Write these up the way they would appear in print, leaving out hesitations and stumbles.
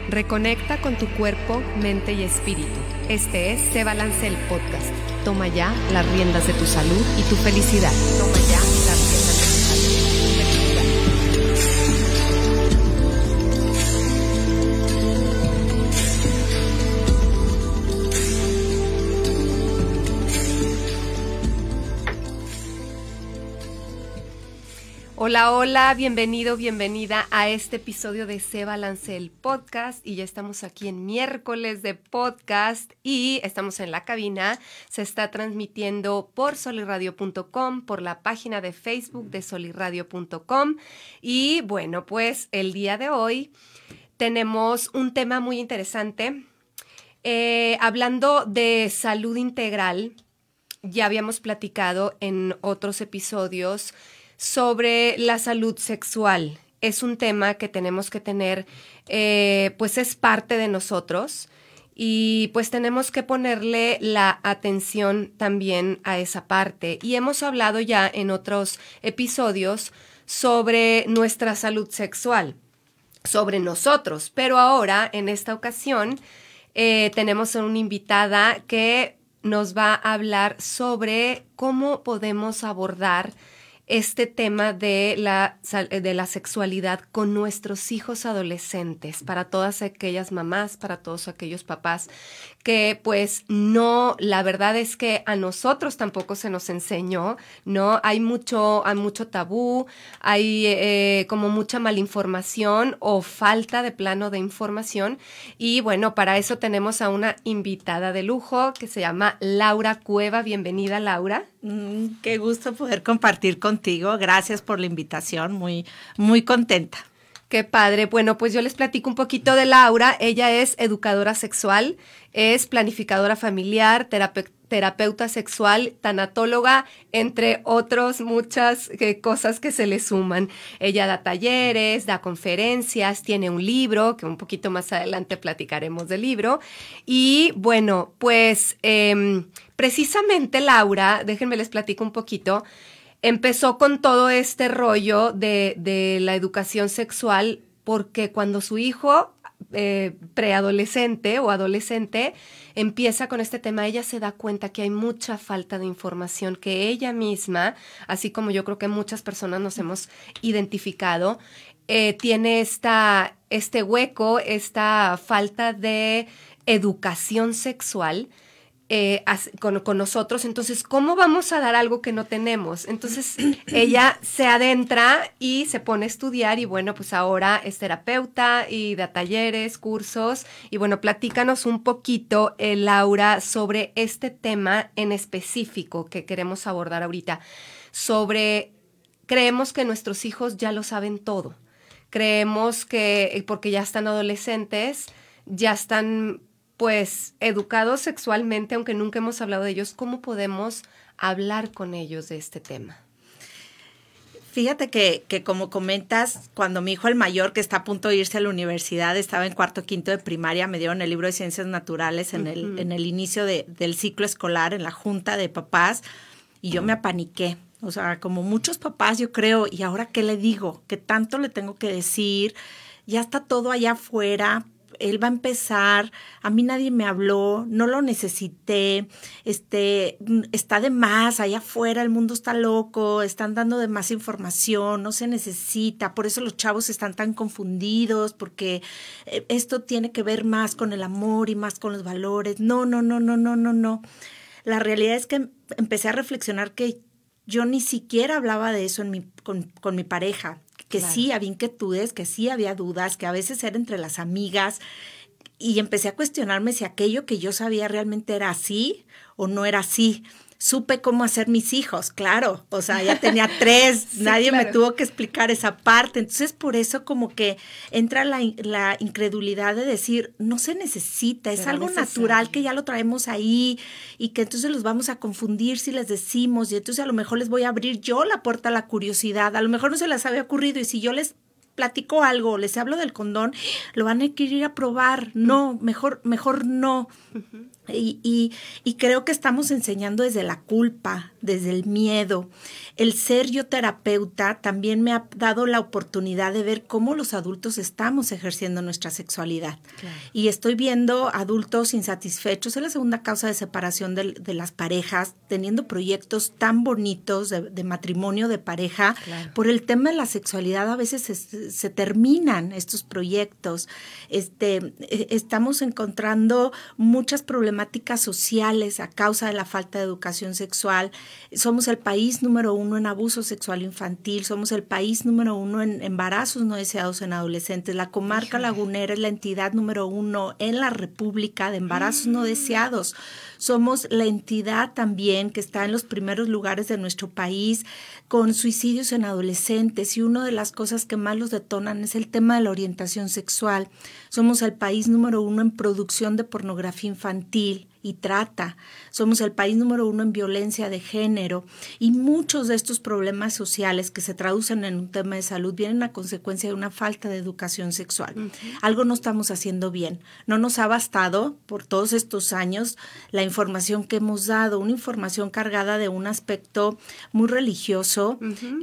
Reconecta con tu cuerpo, mente y espíritu. Este es Se Balance el Podcast. Toma ya las riendas de tu salud y tu felicidad. Toma ya las riendas de tu salud y tu felicidad. Hola, hola, bienvenido, bienvenida a este episodio de Se Balance el Podcast y ya estamos aquí en miércoles de podcast y estamos en la cabina. Se está transmitiendo por solirradio.com, por la página de Facebook de solirradio.com y bueno, pues el día de hoy tenemos un tema muy interesante. Hablando de salud integral, ya habíamos platicado en otros episodios sobre la salud sexual. Es un tema que tenemos que tener, pues es parte de nosotros y pues tenemos que ponerle la atención también a esa parte. Y hemos hablado ya en otros episodios sobre nuestra salud sexual, sobre nosotros, pero ahora en esta ocasión tenemos a una invitada que nos va a hablar sobre cómo podemos abordar este tema de la sexualidad con nuestros hijos adolescentes, para todas aquellas mamás, para todos aquellos papás que pues no, la verdad es que a nosotros tampoco se nos enseñó, ¿no? Hay mucho tabú, hay como mucha malinformación o falta de plano de información y bueno, para eso tenemos a una invitada de lujo que se llama Laura Cueva. Bienvenida, Laura. Qué gusto poder compartir contigo. Gracias por la invitación. Muy, muy contenta. Qué padre. Bueno, pues yo les platico un poquito de Laura. Ella es educadora sexual, es planificadora familiar, terapeuta sexual, tanatóloga, entre otras muchas cosas que se le suman. Ella da talleres, da conferencias, tiene un libro, que un poquito más adelante platicaremos del libro. Y bueno, pues precisamente Laura, déjenme les platico un poquito, empezó con todo este rollo de la educación sexual porque cuando su hijo preadolescente o adolescente empieza con este tema, ella se da cuenta que hay mucha falta de información, que ella misma, así como yo creo que muchas personas nos hemos identificado, tiene este hueco, esta falta de educación sexual con nosotros. Entonces, ¿cómo vamos a dar algo que no tenemos? Entonces, ella se adentra y se pone a estudiar y bueno, pues ahora es terapeuta y da talleres, cursos. Y bueno, platícanos un poquito, Laura, sobre este tema en específico que queremos abordar ahorita. Creemos que nuestros hijos ya lo saben todo. Creemos que, porque ya están adolescentes, ya están pues educados sexualmente, aunque nunca hemos hablado de ellos. ¿Cómo podemos hablar con ellos de este tema? Fíjate que como comentas, cuando mi hijo el mayor, que está a punto de irse a la universidad, estaba en 4º, 5º de primaria, me dieron el libro de Ciencias Naturales en el inicio del ciclo escolar, en la junta de papás, y yo me apaniqué. O sea, como muchos papás, yo creo, ¿y ahora qué le digo? ¿Qué tanto le tengo que decir? Ya está todo allá afuera. Él va a empezar, a mí nadie me habló, no lo necesité, está de más, allá afuera el mundo está loco, están dando de más información, no se necesita, por eso los chavos están tan confundidos, porque esto tiene que ver más con el amor y más con los valores. No. La realidad es que empecé a reflexionar que yo ni siquiera hablaba de eso con mi pareja. Que claro. Sí había inquietudes, que sí había dudas, que a veces era entre las amigas y empecé a cuestionarme si aquello que yo sabía realmente era así o no era así. Supe cómo hacer mis hijos, claro, o sea, ya tenía 3, sí, nadie claro. Me tuvo que explicar esa parte, entonces por eso como que entra la incredulidad de decir, no se necesita, es algo natural que ya lo traemos ahí y que entonces los vamos a confundir si les decimos y entonces a lo mejor les voy a abrir yo la puerta a la curiosidad, a lo mejor no se les había ocurrido y si yo les platico algo, les hablo del condón, lo van a querer ir a probar, no, mejor no. Y creo que estamos enseñando desde la culpa, desde el miedo. El ser yo terapeuta también me ha dado la oportunidad de ver cómo los adultos estamos ejerciendo nuestra sexualidad. Claro. Y estoy viendo adultos insatisfechos. Es la segunda causa de separación de las parejas, teniendo proyectos tan bonitos de matrimonio, de pareja. Claro. Por el tema de la sexualidad a veces se terminan estos proyectos. Estamos encontrando muchas problemáticas sociales a causa de la falta de educación sexual. Somos el país número 1 en abuso sexual infantil, somos el país número 1 en embarazos no deseados en adolescentes. La comarca lagunera es la entidad número 1 en la República de embarazos no deseados. Somos la entidad también que está en los primeros lugares de nuestro país con suicidios en adolescentes, y una de las cosas que más los detonan es el tema de la orientación sexual. Somos el país número 1 en producción de pornografía infantil y trata. Somos el país número 1 en violencia de género, y muchos de estos problemas sociales que se traducen en un tema de salud vienen a consecuencia de una falta de educación sexual. Uh-huh. Algo no estamos haciendo bien. No nos ha bastado por todos estos años la información que hemos dado, una información cargada de un aspecto muy religioso, uh-huh.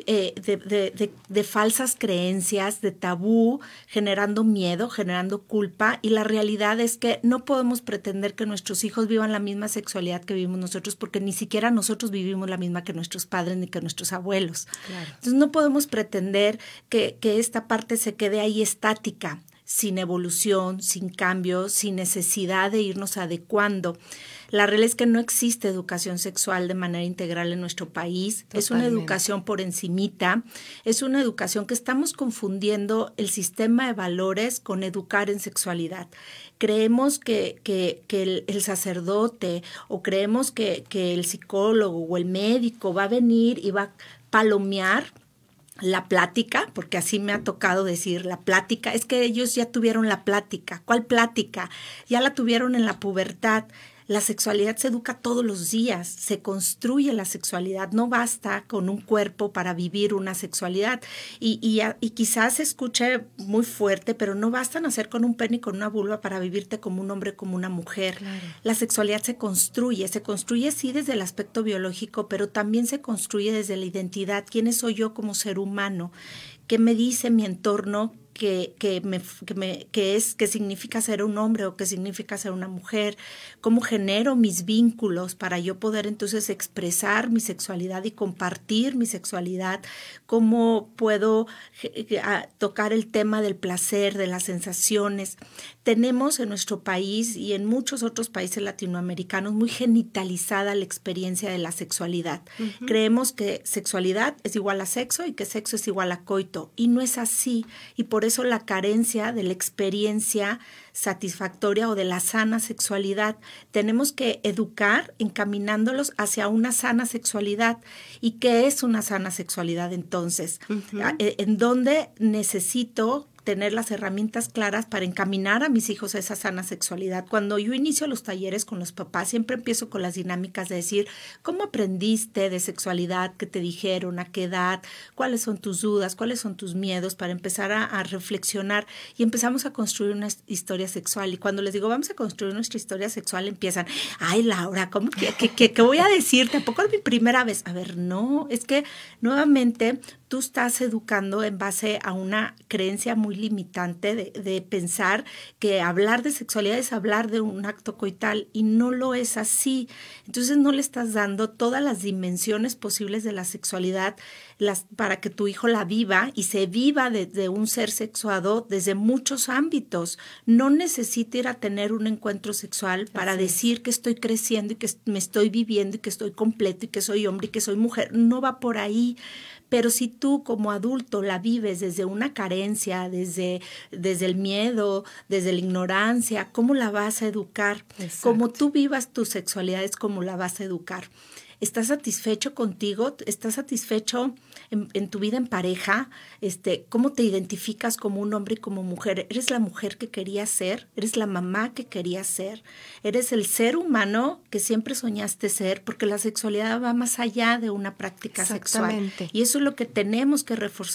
De falsas creencias, de tabú, generando miedo, generando culpa, y la realidad es que no podemos pretender que nuestros hijos vivan la misma sexualidad que vivimos nosotros, porque ni siquiera nosotros vivimos la misma que nuestros padres ni que nuestros abuelos. Claro. Entonces no podemos pretender que esta parte se quede ahí estática, sin evolución, sin cambio, sin necesidad de irnos adecuando. La realidad es que no existe educación sexual de manera integral en nuestro país. Totalmente. Es una educación por encimita, es una educación que estamos confundiendo el sistema de valores con educar en sexualidad. Creemos que el sacerdote, o creemos que el psicólogo o el médico va a venir y va a palomear la plática, porque así me ha tocado decir, la plática, es que ellos ya tuvieron la plática. ¿Cuál plática? Ya la tuvieron en la pubertad. La sexualidad se educa todos los días, se construye la sexualidad, no basta con un cuerpo para vivir una sexualidad. Y quizás se escuche muy fuerte, pero no basta nacer con un pene y con una vulva para vivirte como un hombre, como una mujer. Claro. La sexualidad se construye sí desde el aspecto biológico, pero también se construye desde la identidad. ¿Quién soy yo como ser humano? ¿Qué me dice mi entorno? ¿Qué significa ser un hombre o qué significa ser una mujer? ¿Cómo genero mis vínculos para yo poder entonces expresar mi sexualidad y compartir mi sexualidad? ¿Cómo puedo tocar el tema del placer, de las sensaciones? Tenemos en nuestro país y en muchos otros países latinoamericanos muy genitalizada la experiencia de la sexualidad. Uh-huh. Creemos que sexualidad es igual a sexo y que sexo es igual a coito, y no es así, y por eso la carencia de la experiencia satisfactoria o de la sana sexualidad. Tenemos que educar encaminándolos hacia una sana sexualidad. ¿Y qué es una sana sexualidad entonces? Uh-huh. ¿En dónde necesito tener las herramientas claras para encaminar a mis hijos a esa sana sexualidad? Cuando yo inicio los talleres con los papás, siempre empiezo con las dinámicas de decir, ¿cómo aprendiste de sexualidad? ¿Qué te dijeron? ¿A qué edad? ¿Cuáles son tus dudas? ¿Cuáles son tus miedos? Para empezar a reflexionar, y empezamos a construir una historia sexual. Y cuando les digo, vamos a construir nuestra historia sexual, empiezan, ay, Laura, ¿cómo ¿qué voy a decir? ¿Tampoco es mi primera vez? A ver, no, es que nuevamente tú estás educando en base a una creencia muy limitante de pensar que hablar de sexualidad es hablar de un acto coital, y no lo es así. Entonces no le estás dando todas las dimensiones posibles de la sexualidad para que tu hijo la viva, y se viva de un ser sexuado desde muchos ámbitos. No necesita ir a tener un encuentro sexual para decir que estoy creciendo y que me estoy viviendo y que estoy completo y que soy hombre y que soy mujer. No va por ahí. Pero si tú como adulto la vives desde una carencia, desde el miedo, desde la ignorancia, ¿cómo la vas a educar? Exacto. Como tú vivas tu sexualidad es como la vas a educar. ¿Estás satisfecho contigo? ¿Estás satisfecho en tu vida en pareja? ¿Cómo te identificas como un hombre y como mujer? ¿Eres la mujer que querías ser? ¿Eres la mamá que querías ser? ¿Eres el ser humano que siempre soñaste ser? Porque la sexualidad va más allá de una práctica sexual. Y eso es lo que tenemos que reforzar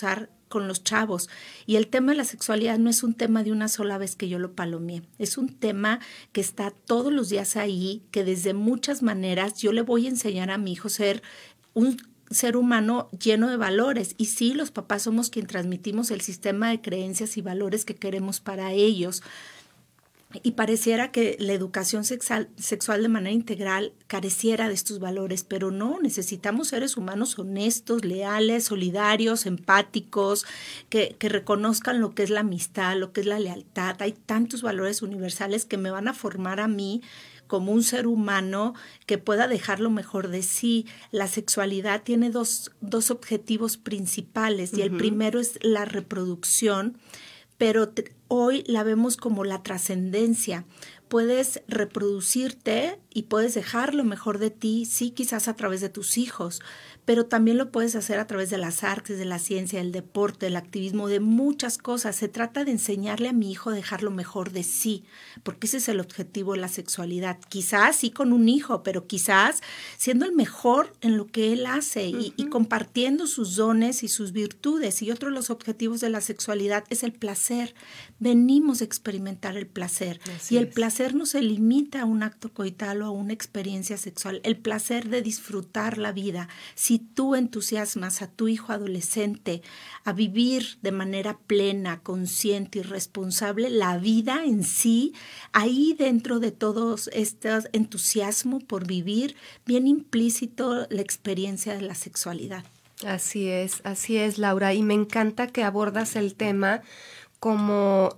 con los chavos. Y el tema de la sexualidad no es un tema de una sola vez que yo lo palomeé. Es un tema que está todos los días ahí, que desde muchas maneras yo le voy a enseñar a mi hijo ser un ser humano lleno de valores. Y sí, los papás somos quien transmitimos el sistema de creencias y valores que queremos para ellos. Y pareciera que la educación sexual de manera integral careciera de estos valores, pero no, necesitamos seres humanos honestos, leales, solidarios, empáticos, que reconozcan lo que es la amistad, lo que es la lealtad. Hay tantos valores universales que me van a formar a mí como un ser humano que pueda dejar lo mejor de sí. La sexualidad tiene dos objetivos principales, y el primero es la reproducción, pero hoy la vemos como la trascendencia. Puedes reproducirte y puedes dejar lo mejor de ti, sí, quizás a través de tus hijos, pero también lo puedes hacer a través de las artes, de la ciencia, del deporte, del activismo, de muchas cosas. Se trata de enseñarle a mi hijo a dejar lo mejor de sí, porque ese es el objetivo de la sexualidad. Quizás sí con un hijo, pero quizás siendo el mejor en lo que él hace y compartiendo sus dones y sus virtudes. Y otro de los objetivos de la sexualidad es el placer. Venimos a experimentar el placer. Así y el es. placer no se limita a un acto coital o a una experiencia sexual. El placer de disfrutar la vida. Si tú entusiasmas a tu hijo adolescente a vivir de manera plena, consciente y responsable la vida en sí, ahí dentro de todos estos entusiasmo por vivir, viene implícito la experiencia de la sexualidad. Así es, Laura. Y me encanta que abordas el tema como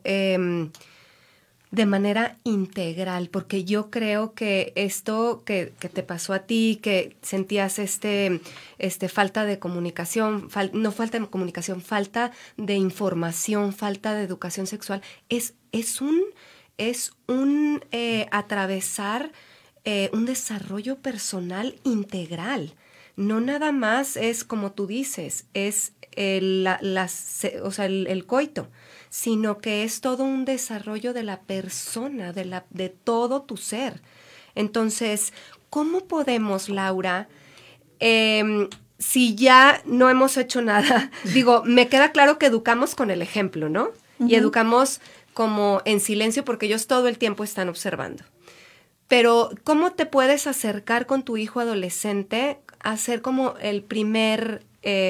de manera integral, porque yo creo que esto que te pasó a ti, que sentías falta de comunicación, no falta de comunicación, falta de información, falta de educación sexual, es un atravesar un desarrollo personal integral. No nada más es como tú dices, es el coito, sino que es todo un desarrollo de la persona, de todo tu ser. Entonces, ¿cómo podemos, Laura, si ya no hemos hecho nada? Digo, me queda claro que educamos con el ejemplo, ¿no? Uh-huh. Y educamos como en silencio porque ellos todo el tiempo están observando. Pero, ¿cómo te puedes acercar con tu hijo adolescente a hacer como el primer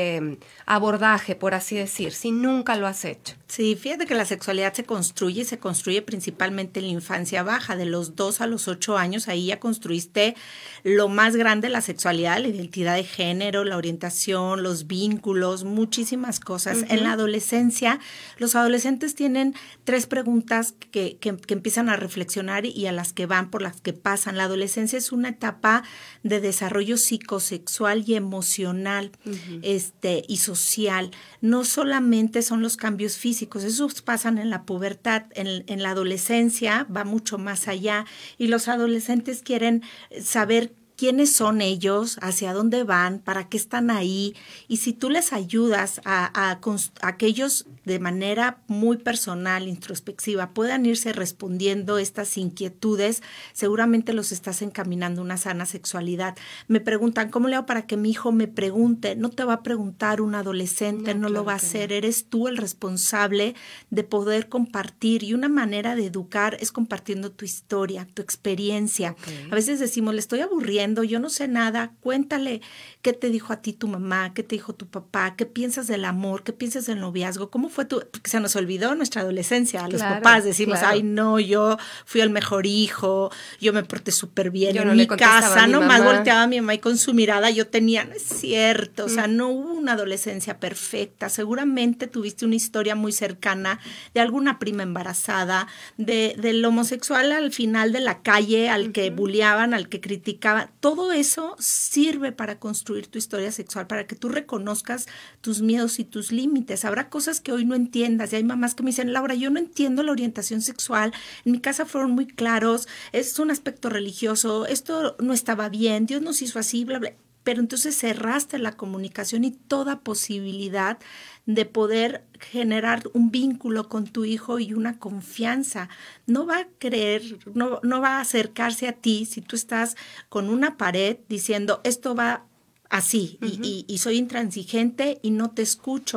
abordaje, por así decir, si nunca lo has hecho? Sí, fíjate que la sexualidad se construye principalmente en la infancia baja, de los 2 a los 8 años, ahí ya construiste lo más grande, la sexualidad, la identidad de género, la orientación, los vínculos, muchísimas cosas. Uh-huh. En la adolescencia, los adolescentes tienen 3 preguntas que empiezan a reflexionar y a las que van, por las que pasan. La adolescencia es una etapa de desarrollo psicosexual y emocional, uh-huh, y social. No solamente son los cambios físicos, esos pasan en la pubertad, en la adolescencia va mucho más allá, y los adolescentes quieren saber quiénes son ellos, hacia dónde van, para qué están ahí, y si tú les ayudas a que ellos de manera muy personal, introspectiva, puedan irse respondiendo estas inquietudes, seguramente los estás encaminando a una sana sexualidad. Me preguntan, ¿cómo le hago para que mi hijo me pregunte? No te va a preguntar un adolescente, no lo va a hacer, no. Eres tú el responsable de poder compartir, y una manera de educar es compartiendo tu historia, tu experiencia. Okay. A veces decimos, le estoy aburriendo, yo no sé nada, cuéntale qué te dijo a ti tu mamá, qué te dijo tu papá, qué piensas del amor, qué piensas del noviazgo, cómo fue porque se nos olvidó nuestra adolescencia, los papás decimos, ay no, yo fui el mejor hijo, yo me porté súper bien en mi casa, nomás volteaba a mi mamá y con su mirada yo tenía, no es cierto, o sea, no hubo una adolescencia perfecta, seguramente tuviste una historia muy cercana de alguna prima embarazada, del homosexual al final de la calle, al que bulleaban, al que criticaban. Todo eso sirve para construir tu historia sexual, para que tú reconozcas tus miedos y tus límites. Habrá cosas que hoy no entiendas, y hay mamás que me dicen, Laura, yo no entiendo la orientación sexual, en mi casa fueron muy claros, es un aspecto religioso, esto no estaba bien, Dios nos hizo así, bla, bla. Pero entonces cerraste la comunicación y toda posibilidad de poder generar un vínculo con tu hijo y una confianza. No va a creer, no va a acercarse a ti si tú estás con una pared diciendo esto va así, y soy intransigente y no te escucho.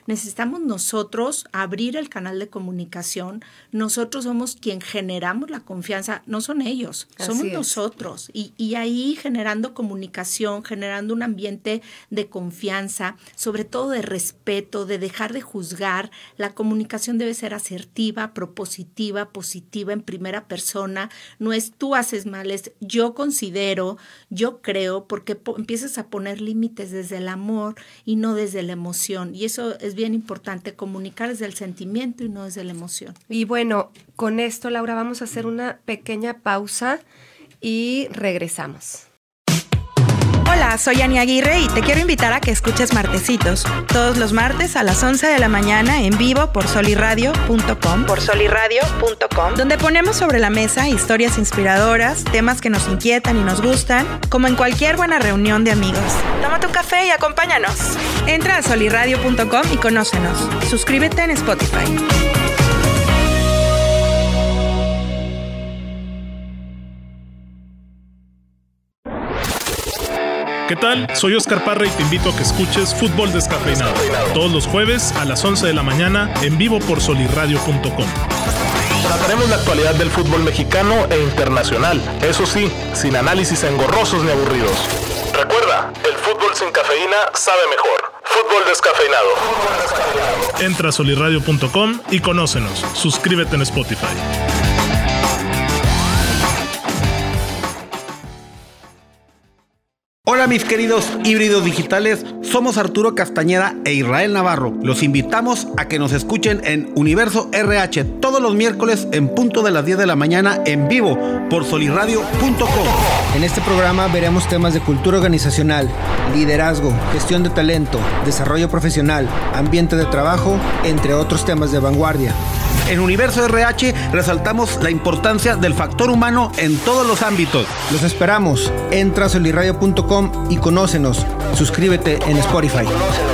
necesitamos nosotros abrir el canal de comunicación. Nosotros somos quien generamos la confianza, no son ellos, somos nosotros. Y ahí generando comunicación, generando un ambiente de confianza, sobre todo de respeto, de dejar de juzgar. La comunicación debe ser asertiva, propositiva, positiva, en primera persona. No es tú haces mal, es yo considero, yo creo, porque empiezas a poner límites desde el amor y no desde la emoción. Y eso es bien importante, comunicar desde el sentimiento y no desde la emoción. Y bueno, con esto, Laura, vamos a hacer una pequeña pausa y regresamos. Hola, soy Ani Aguirre y te quiero invitar a que escuches Martesitos, todos los martes a las 11 de la mañana en vivo por soliradio.com, donde ponemos sobre la mesa historias inspiradoras, temas que nos inquietan y nos gustan, como en cualquier buena reunión de amigos. Tómate un café y acompáñanos. Entra a soliradio.com y conócenos. Suscríbete en Spotify. ¿Qué tal? Soy Oscar Parra y te invito a que escuches Fútbol Descafeinado todos los jueves a las 11 de la mañana en vivo por soliradio.com. Trataremos la actualidad del fútbol mexicano e internacional, eso sí, sin análisis engorrosos ni aburridos. Recuerda, el fútbol sin cafeína sabe mejor. Fútbol Descafeinado. Entra a soliradio.com y conócenos. Suscríbete en Spotify. Hola mis queridos híbridos digitales, somos Arturo Castañeda e Israel Navarro. Los invitamos a que nos escuchen en Universo RH todos los miércoles en punto de las 10 de la mañana en vivo por soliradio.com. En este programa veremos temas de cultura organizacional, liderazgo, gestión de talento, desarrollo profesional, ambiente de trabajo, entre otros temas de vanguardia. En Universo RH resaltamos la importancia del factor humano en todos los ámbitos. Los esperamos. Entra a soliradio.com y conócenos. Suscríbete en Spotify.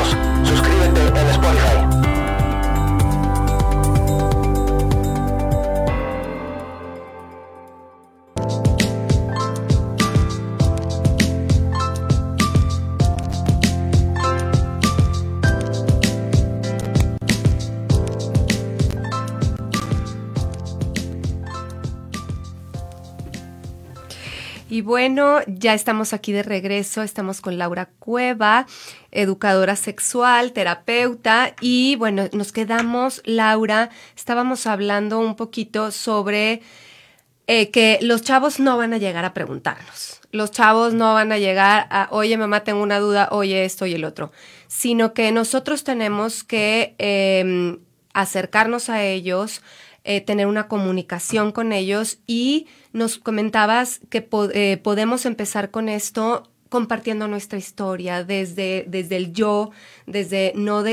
Y bueno, ya estamos aquí de regreso, estamos con Laura Cueva, educadora sexual, terapeuta, y bueno, nos quedamos, Laura, estábamos hablando un poquito sobre que los chavos no van a llegar a preguntarnos, los chavos no van a llegar a, oye mamá, tengo una duda, oye esto y el otro, sino que nosotros tenemos que acercarnos a ellos, tener una comunicación con ellos, y nos comentabas que podemos empezar con esto compartiendo nuestra historia desde el yo, desde no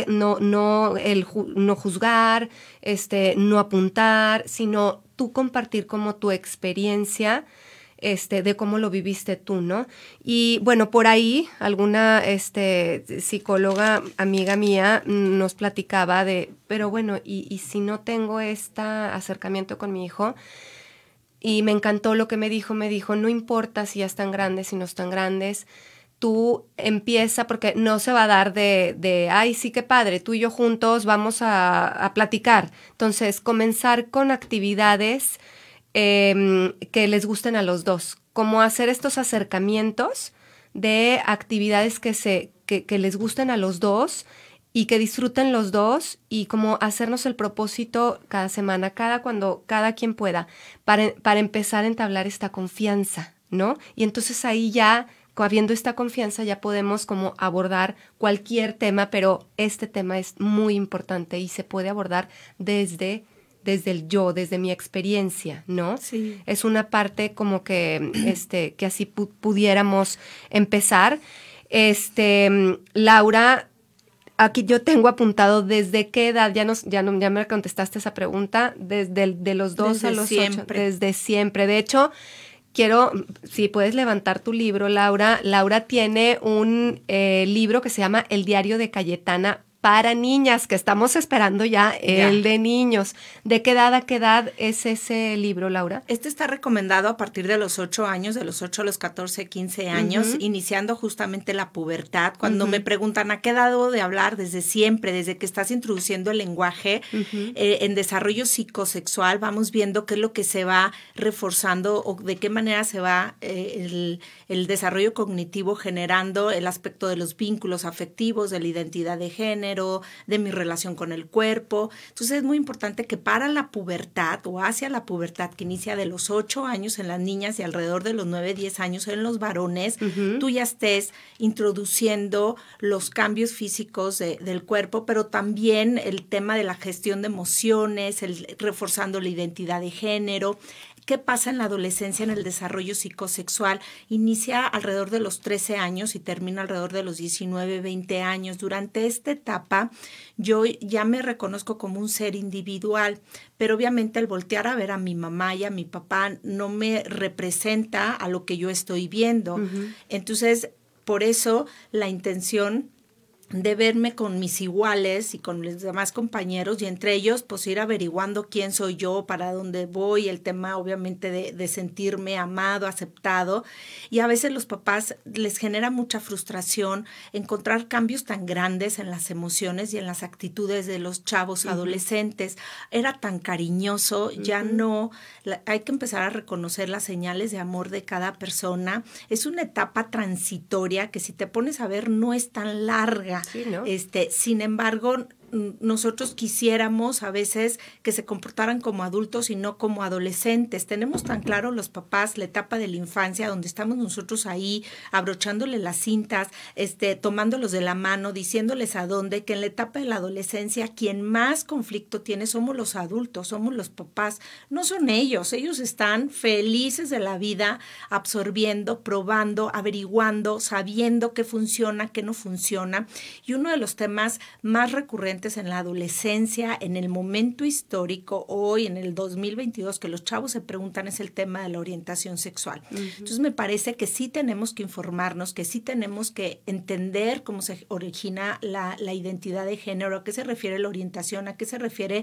juzgar, no apuntar, sino tú compartir como tu experiencia de cómo lo viviste tú, ¿no? Y bueno, por ahí alguna psicóloga amiga mía nos platicaba pero bueno, y si no tengo este acercamiento con mi hijo, y me encantó lo que me dijo, no importa si ya están grandes, si no están grandes, tú empieza, porque no se va a dar de ay, sí, qué padre, tú y yo juntos vamos a platicar. Entonces, comenzar con actividades que les gusten a los dos, como hacer estos acercamientos de actividades que les gusten a los dos y que disfruten los dos, y como hacernos el propósito cada semana, cuando cada quien pueda, para empezar a entablar esta confianza, ¿no? Y entonces ahí ya, habiendo esta confianza, ya podemos como abordar cualquier tema, pero este tema es muy importante y se puede abordar desde el yo, desde mi experiencia, ¿no? Sí. Es una parte como que así pudiéramos empezar. Laura, aquí yo tengo apuntado desde qué edad, ya me contestaste esa pregunta, de los 2 desde a los siempre. 8, desde siempre. De hecho, quiero, si puedes levantar tu libro, Laura. Laura tiene un libro que se llama El diario de Cayetana, para niñas, que estamos esperando ya el de niños. ¿De qué edad a qué edad es ese libro, Laura? Este está recomendado a partir de los 8 años, de los 8 a los 14, 15 años, iniciando justamente la pubertad. Cuando me preguntan a qué edad debo de hablar, desde siempre, desde que estás introduciendo el lenguaje, en desarrollo psicosexual, vamos viendo qué es lo que se va reforzando o de qué manera se va el desarrollo cognitivo generando el aspecto de los vínculos afectivos, de la identidad de género, de mi relación con el cuerpo. Entonces es muy importante que para la pubertad o hacia la pubertad que inicia de los 8 años en las niñas y alrededor de los 9, 10 años en los varones, tú ya estés introduciendo los cambios físicos del cuerpo, pero también el tema de la gestión de emociones, reforzando la identidad de género. ¿Qué pasa en la adolescencia en el desarrollo psicosexual? Inicia alrededor de los 13 años y termina alrededor de los 19, 20 años. Durante esta etapa yo ya me reconozco como un ser individual, pero obviamente el voltear a ver a mi mamá y a mi papá no me representa a lo que yo estoy viendo. Entonces, por eso la intención de verme con mis iguales y con los demás compañeros y entre ellos pues ir averiguando quién soy yo, para dónde voy, el tema obviamente de sentirme amado, aceptado, y a veces los papás les genera mucha frustración encontrar cambios tan grandes en las emociones y en las actitudes de los chavos adolescentes. Era tan cariñoso, ya no, hay que empezar a reconocer las señales de amor de cada persona. Es una etapa transitoria que si te pones a ver no es tan larga. Sí, ¿no? Sin embargo, nosotros quisiéramos a veces que se comportaran como adultos y no como adolescentes. Tenemos tan claro los papás la etapa de la infancia donde estamos nosotros ahí abrochándole las cintas, tomándolos de la mano, diciéndoles a dónde, que en la etapa de la adolescencia quien más conflicto tiene somos los adultos, somos los papás, no son ellos están felices de la vida, absorbiendo, probando, averiguando, sabiendo qué funciona, qué no funciona. Y uno de los temas más recurrentes en la adolescencia, en el momento histórico, hoy en el 2022, que los chavos se preguntan es el tema de la orientación sexual. Entonces me parece que sí tenemos que informarnos, que sí tenemos que entender cómo se origina la identidad de género, a qué se refiere la orientación, a qué se refiere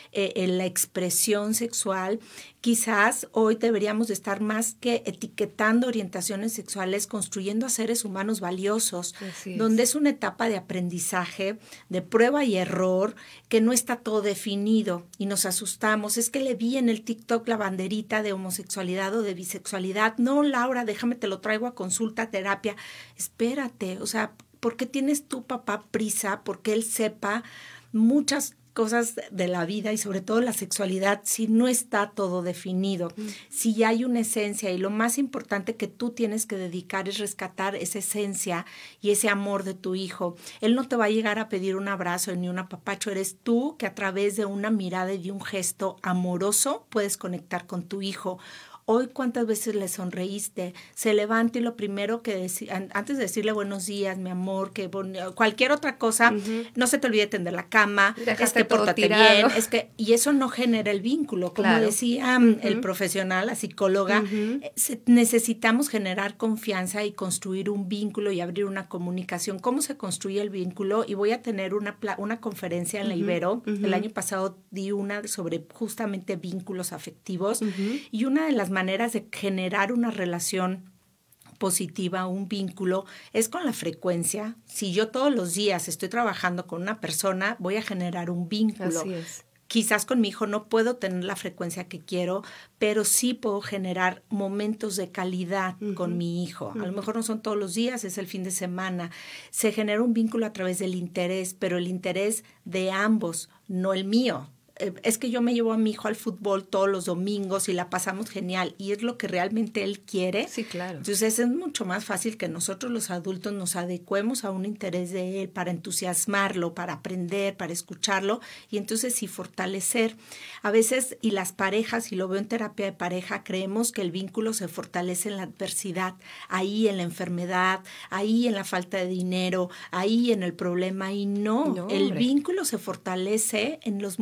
la expresión sexual. Quizás hoy deberíamos de estar más que etiquetando orientaciones sexuales, construyendo a seres humanos valiosos, donde es una etapa de aprendizaje, de prueba y error, que no está todo definido y nos asustamos. Es que le vi en el TikTok la banderita de homosexualidad o de bisexualidad. No, Laura, déjame, te lo traigo a consulta, terapia. Espérate, o sea, ¿por qué tienes tu papá prisa? Porque él sepa muchas cosas de la vida y sobre todo la sexualidad si no está todo definido, si ya hay una esencia, y lo más importante que tú tienes que dedicar es rescatar esa esencia y ese amor de tu hijo. Él no te va a llegar a pedir un abrazo ni un apapacho, eres tú que a través de una mirada y de un gesto amoroso puedes conectar con tu hijo. Hoy, ¿cuántas veces le sonreíste? Se levanta y lo primero que antes de decirle buenos días, mi amor, que cualquier otra cosa, no se te olvide tender la cama, pórtate bien, y eso no genera el vínculo. Como decía el profesional, la psicóloga, necesitamos generar confianza y construir un vínculo y abrir una comunicación. ¿Cómo se construye el vínculo? Y voy a tener una conferencia en la Ibero. El año pasado di una sobre justamente vínculos afectivos, y una de las maneras de generar una relación positiva, un vínculo, es con la frecuencia. Si yo todos los días estoy trabajando con una persona, voy a generar un vínculo. Así es. Quizás con mi hijo no puedo tener la frecuencia que quiero, pero sí puedo generar momentos de calidad con mi hijo. A lo mejor no son todos los días, es el fin de semana. Se genera un vínculo a través del interés, pero el interés de ambos, no el mío. Es que yo me llevo a mi hijo al fútbol todos los domingos y la pasamos genial y es lo que realmente él quiere. Sí, claro. Entonces es mucho más fácil que nosotros los adultos nos adecuemos a un interés de él para entusiasmarlo, para aprender, para escucharlo y entonces sí fortalecer. A veces, y las parejas, y lo veo en terapia de pareja, creemos que el vínculo se fortalece en la adversidad, ahí en la enfermedad, ahí en la falta de dinero, ahí en el problema y no el vínculo se fortalece en los momentos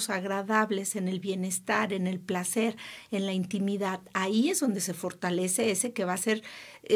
momentos agradables, en el bienestar, en el placer, en la intimidad. Ahí es donde se fortalece ese que va a ser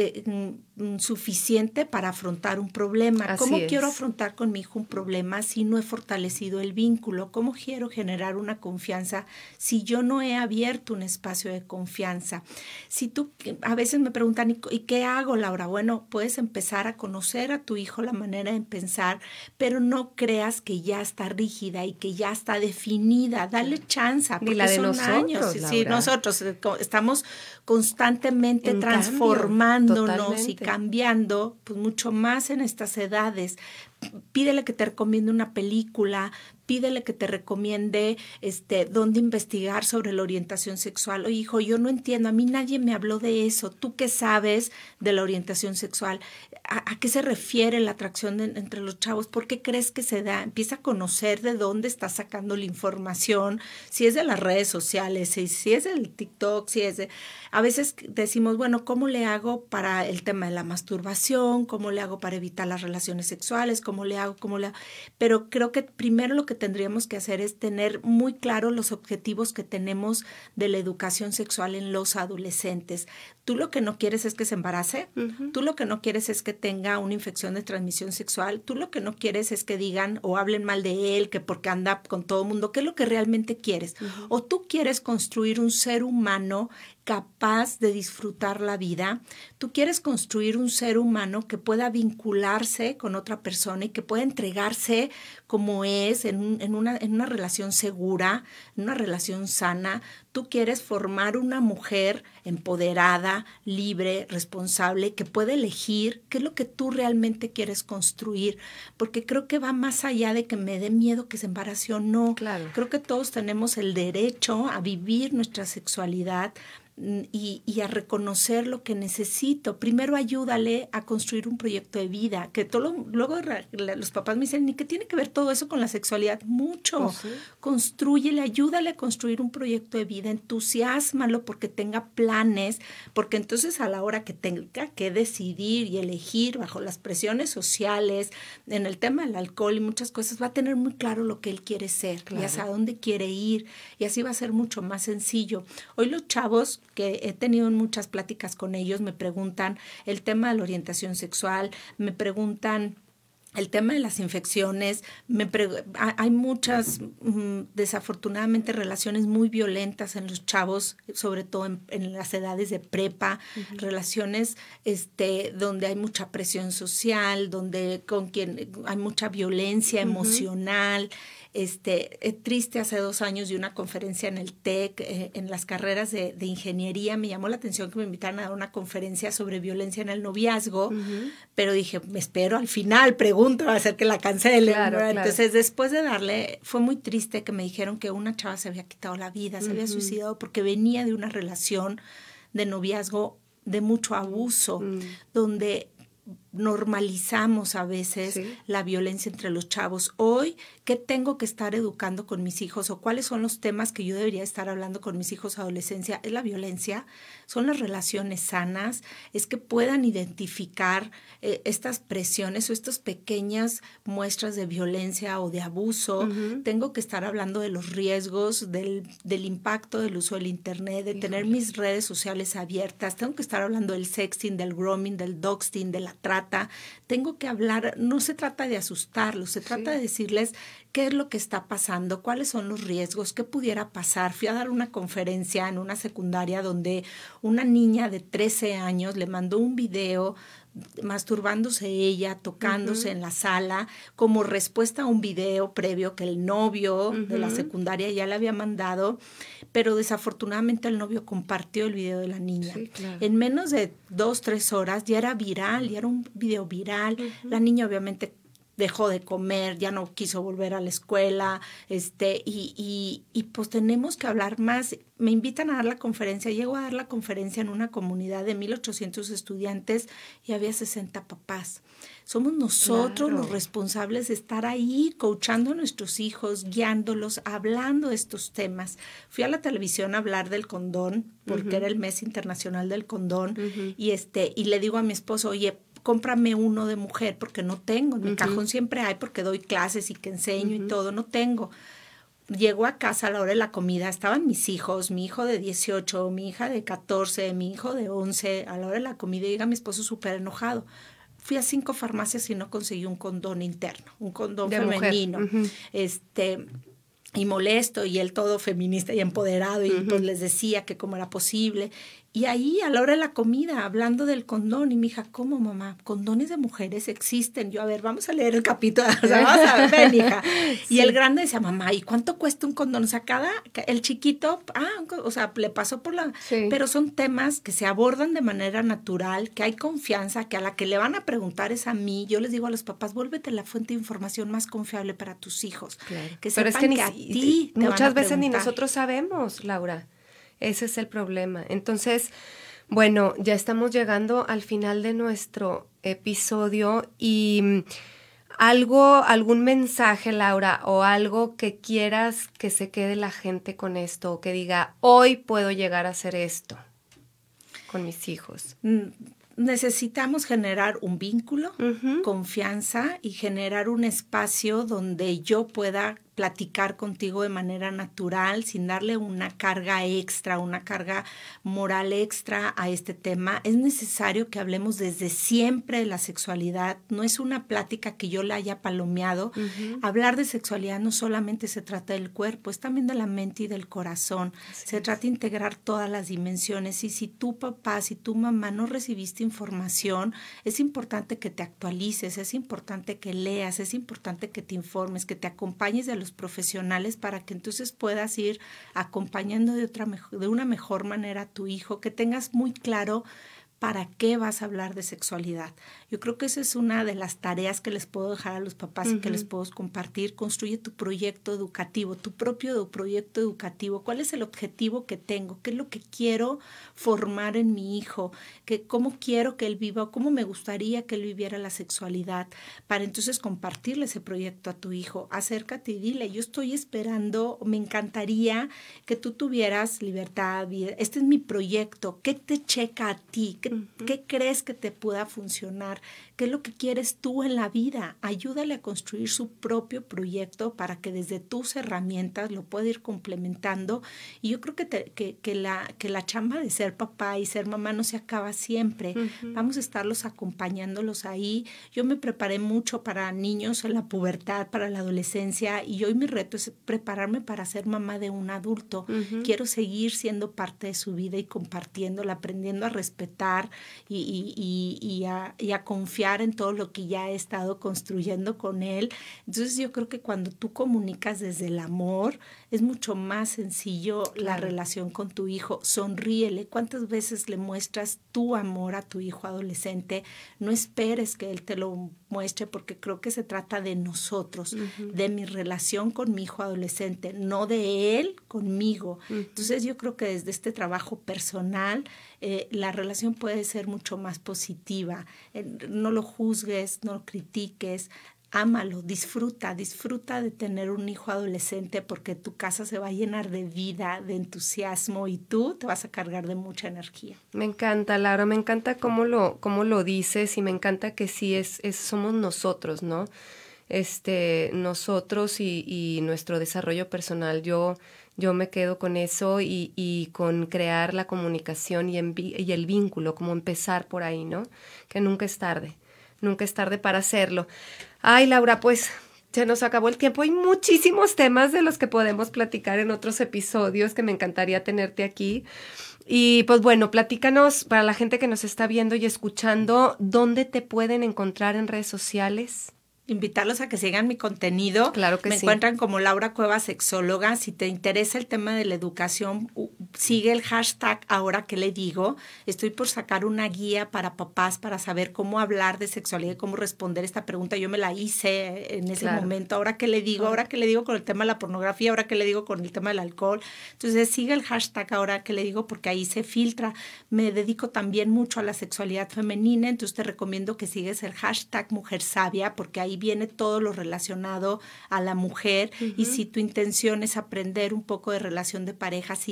suficiente para afrontar un problema. Así ¿Cómo es. quiero afrontar con mi hijo un problema si no he fortalecido el vínculo? ¿Cómo quiero generar una confianza si yo no he abierto un espacio de confianza? Si tú, a veces me preguntan, ¿y qué hago, Laura? Bueno, puedes empezar a conocer a tu hijo, la manera de pensar, pero no creas que ya está rígida y que ya está definida. Dale chance, porque Ni la de son nosotros, años. Sí, Laura. nosotros estamos constantemente En transformándonos cambio, y cambiando, pues mucho más en estas edades. Pídele que te recomiende una película, pídele que te recomiende dónde investigar sobre la orientación sexual. Oye, hijo, yo no entiendo, a mí nadie me habló de eso. ¿Tú qué sabes de la orientación sexual? ¿A qué se refiere la atracción entre los chavos? ¿Por qué crees que se da? Empieza a conocer de dónde está sacando la información, si es de las redes sociales, si es del TikTok, si es de... A veces decimos, bueno, ¿cómo le hago para el tema de la masturbación? ¿Cómo le hago para evitar las relaciones sexuales? ¿Cómo le hago? Pero creo que primero lo que tendríamos que hacer es tener muy claro los objetivos que tenemos de la educación sexual en los adolescentes. Tú lo que no quieres es que se embarace, tú lo que no quieres es que tenga una infección de transmisión sexual, tú lo que no quieres es que digan o hablen mal de él, que porque anda con todo el mundo. ¿Qué es lo que realmente quieres? O tú quieres construir un ser humano capaz de disfrutar la vida. Tú quieres construir un ser humano que pueda vincularse con otra persona y que pueda entregarse como es en una relación segura, en una relación sana. Tú quieres formar una mujer empoderada, libre, responsable, que puede elegir qué es lo que tú realmente quieres construir, porque creo que va más allá de que me dé miedo que se embarace o no. Claro. Creo que todos tenemos el derecho a vivir nuestra sexualidad y a reconocer lo que necesito. Primero ayúdale a construir un proyecto de vida, que luego los papás me dicen, ¿y qué tiene que ver todo eso con la sexualidad? Mucho. Pues sí. Constrúyele, ayúdale a construir un proyecto de vida, entusiásmalo porque tenga planes, porque entonces a la hora que tenga que decidir y elegir bajo las presiones sociales, en el tema del alcohol y muchas cosas, va a tener muy claro lo que él quiere ser, Claro. y hacia dónde quiere ir, y así va a ser mucho más sencillo. Hoy los chavos, que he tenido muchas pláticas con ellos, me preguntan el tema de la orientación sexual, me preguntan el tema de las infecciones, hay muchas, desafortunadamente, relaciones muy violentas en los chavos, sobre todo en las edades de prepa, relaciones donde hay mucha presión social, donde con quien hay mucha violencia emocional. Triste, hace 2 años di una conferencia en el TEC, en las carreras de ingeniería. Me llamó la atención que me invitaran a dar una conferencia sobre violencia en el noviazgo, pero dije, me espero al final, pregunto, va a ser que la cancelen. Claro, claro. Entonces, después de darle, fue muy triste que me dijeron que una chava se había quitado la vida, se había suicidado porque venía de una relación de noviazgo de mucho abuso, donde normalizamos a veces la violencia entre los chavos. Hoy, ¿qué tengo que estar educando con mis hijos o cuáles son los temas que yo debería estar hablando con mis hijos adolescencia? Es la violencia, son las relaciones sanas, es que puedan identificar estas presiones o estas pequeñas muestras de violencia o de abuso. Tengo que estar hablando de los riesgos, del impacto del uso del internet, de tener mis redes sociales abiertas. Tengo que estar hablando del sexting, del grooming, del doxting, de la trata. Tengo que hablar, no se trata de asustarlos, se trata de decirles qué es lo que está pasando, cuáles son los riesgos, qué pudiera pasar. Fui a dar una conferencia en una secundaria donde una niña de 13 años le mandó un video masturbándose ella, tocándose en la sala, como respuesta a un video previo que el novio de la secundaria ya le había mandado, pero desafortunadamente el novio compartió el video de la niña. Sí, claro. En menos de 2-3 horas ya era viral, ya era un video viral. La niña obviamente dejó de comer, ya no quiso volver a la escuela, y pues tenemos que hablar más. Me invitan a dar la conferencia, llego a dar la conferencia en una comunidad de 1,800 estudiantes y había 60 papás. Somos nosotros los responsables de estar ahí, coachando a nuestros hijos, guiándolos, hablando de estos temas. Fui a la televisión a hablar del condón, porque era el mes internacional del condón, y le digo a mi esposo, oye, cómprame uno de mujer, porque no tengo. En mi cajón siempre hay, porque doy clases y que enseño y todo, no tengo. llego a casa a la hora de la comida, estaban mis hijos, mi hijo de 18, mi hija de 14, mi hijo de 11, a la hora de la comida llega mi esposo súper enojado. Fui a 5 farmacias y no conseguí un condón interno, un condón de femenino. Y molesto, y él todo feminista y empoderado, y pues les decía que cómo era posible. Y ahí, a la hora de la comida, hablando del condón, y mi hija, ¿cómo, mamá? ¿Condones de mujeres existen? Yo, a ver, vamos a leer el capítulo, o sea, vamos a ver, ven, hija. Sí. Y el grande decía, mamá, ¿y cuánto cuesta un condón? O sea, el chiquito, o sea, le pasó por la... Sí. Pero son temas que se abordan de manera natural, que hay confianza, que a la que le van a preguntar es a mí. Yo les digo a los papás, vuélvete la fuente de información más confiable para tus hijos. Claro. Que sepan pero es que a ti te muchas veces ni nosotros sabemos, Laura. Ese es el problema. Entonces, bueno, ya estamos llegando al final de nuestro episodio y algún mensaje, Laura, o algo que quieras que se quede la gente con esto, o que diga, hoy puedo llegar a hacer esto con mis hijos. Necesitamos generar un vínculo, confianza y generar un espacio donde yo pueda platicar contigo de manera natural, sin darle una carga extra, una carga moral extra a este tema. Es necesario que hablemos desde siempre de la sexualidad. No es una plática que yo la haya palomeado. Hablar de sexualidad no solamente se trata del cuerpo, es también de la mente y del corazón. Se trata de integrar todas las dimensiones. Y si tu papá, si tu mamá no recibiste información, es importante que te actualices, es importante que leas, es importante que te informes, que te acompañes de los profesionales para que entonces puedas ir acompañando de una mejor manera a tu hijo, que tengas muy claro para qué vas a hablar de sexualidad. Yo creo que esa es una de las tareas que les puedo dejar a los papás y que les puedo compartir. Construye tu proyecto educativo, tu propio proyecto educativo. ¿Cuál es el objetivo que tengo? ¿Qué es lo que quiero formar en mi hijo? ¿Cómo quiero que él viva? ¿Cómo me gustaría que él viviera la sexualidad? Para entonces compartirle ese proyecto a tu hijo. Acércate y dile, yo estoy esperando, me encantaría que tú tuvieras libertad. Este es mi proyecto. ¿Qué te checa a ti? ¿Qué crees que te pueda funcionar? ¿Qué es lo que quieres tú en la vida? Ayúdale a construir su propio proyecto para que desde tus herramientas lo pueda ir complementando. Y yo creo que la chamba de ser papá y ser mamá no se acaba siempre. Vamos a estarlos acompañándolos ahí. Yo me preparé mucho para niños en la pubertad, para la adolescencia, y hoy mi reto es prepararme para ser mamá de un adulto. Quiero seguir siendo parte de su vida y compartiéndola, aprendiendo a respetar y a confiar en todo lo que ya he estado construyendo con él. Entonces yo creo que cuando tú comunicas desde el amor, es mucho más sencillo la relación con tu hijo. Sonríele. ¿Cuántas veces le muestras tu amor a tu hijo adolescente? No esperes que él te lo muestre, porque creo que se trata de nosotros, de mi relación con mi hijo adolescente, no de él conmigo. Entonces yo creo que desde este trabajo personal, la relación puede ser mucho más positiva. No lo juzgues, no lo critiques, ámalo, disfruta de tener un hijo adolescente, porque tu casa se va a llenar de vida, de entusiasmo, y tú te vas a cargar de mucha energía. Me encanta, Laura, me encanta cómo lo dices, y me encanta que sí somos nosotros, ¿no? Nosotros y nuestro desarrollo personal. Yo me quedo con eso y con crear la comunicación y el vínculo, como empezar por ahí, ¿no? Que nunca es tarde para hacerlo. Ay, Laura, pues se nos acabó el tiempo. Hay muchísimos temas de los que podemos platicar en otros episodios, que me encantaría tenerte aquí. Y pues bueno, platícanos, para la gente que nos está viendo y escuchando, ¿dónde te pueden encontrar en redes sociales? Invitarlos a que sigan mi contenido. Claro que Me encuentran como Laura Cuevas Sexóloga. Si te interesa el tema de la educación, sigue el hashtag Ahora que le digo. Estoy por sacar una guía para papás para saber cómo hablar de sexualidad y cómo responder esta pregunta. Yo me la hice en ese momento. Ahora que le digo con el tema de la pornografía, ahora que le digo con el tema del alcohol. Entonces sigue el hashtag Ahora que le digo, porque ahí se filtra. Me dedico también mucho a la sexualidad femenina, entonces te recomiendo que sigues el hashtag Mujer Sabia, porque ahí viene todo lo relacionado a la mujer. Y si tu intención es aprender un poco de relación de pareja, sigue el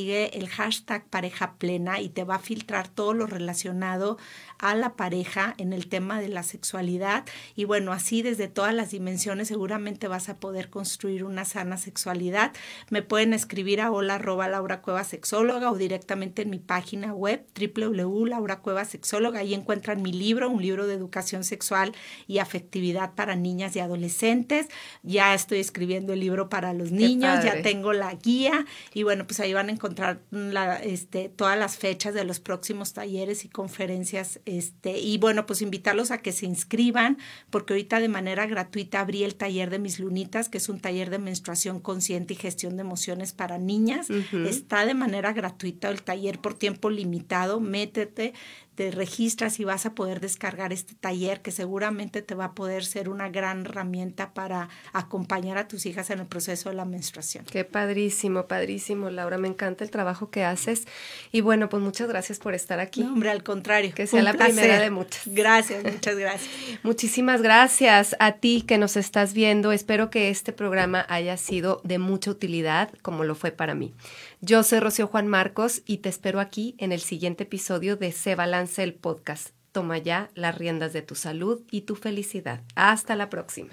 el hashtag pareja plena y te va a filtrar todo lo relacionado a la pareja en el tema de la sexualidad. Y bueno, así desde todas las dimensiones seguramente vas a poder construir una sana sexualidad. Me pueden escribir a hola@lauracuevasexóloga o directamente en mi página web www.lauracuevasexóloga. Ahí encuentran mi libro, un libro de educación sexual y afectividad para niñas y adolescentes. Ya estoy escribiendo el libro para los niños, ya tengo la guía y bueno, pues ahí van a encontrar todas las fechas de los próximos talleres y conferencias y bueno, pues invitarlos a que se inscriban porque ahorita de manera gratuita abrí el taller de mis lunitas, que es un taller de menstruación consciente y gestión de emociones para niñas. Está de manera gratuita el taller por tiempo limitado. Métete, te registras y vas a poder descargar este taller que seguramente te va a poder ser una gran herramienta para acompañar a tus hijas en el proceso de la menstruación. Qué padrísimo, padrísimo, Laura. Me encanta el trabajo que haces. Y bueno, pues muchas gracias por estar aquí. No, hombre, al contrario. Que sea la primera de muchas. Gracias, muchas gracias. Muchísimas gracias a ti que nos estás viendo. Espero que este programa haya sido de mucha utilidad, como lo fue para mí. Yo soy Rocío Juan Marcos y te espero aquí en el siguiente episodio de Se Balance el Podcast. Toma ya las riendas de tu salud y tu felicidad. Hasta la próxima.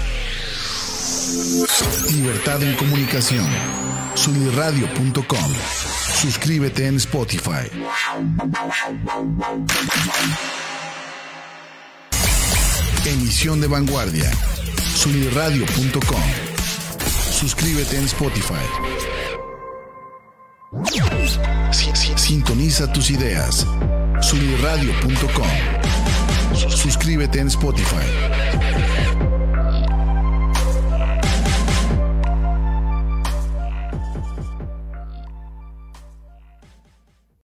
Libertad en comunicación. Solirradio.com. Suscríbete en Spotify. Emisión de vanguardia. Solirradio.com. Suscríbete en Spotify. Sintoniza tus ideas. Solirradio.com. Suscríbete en Spotify.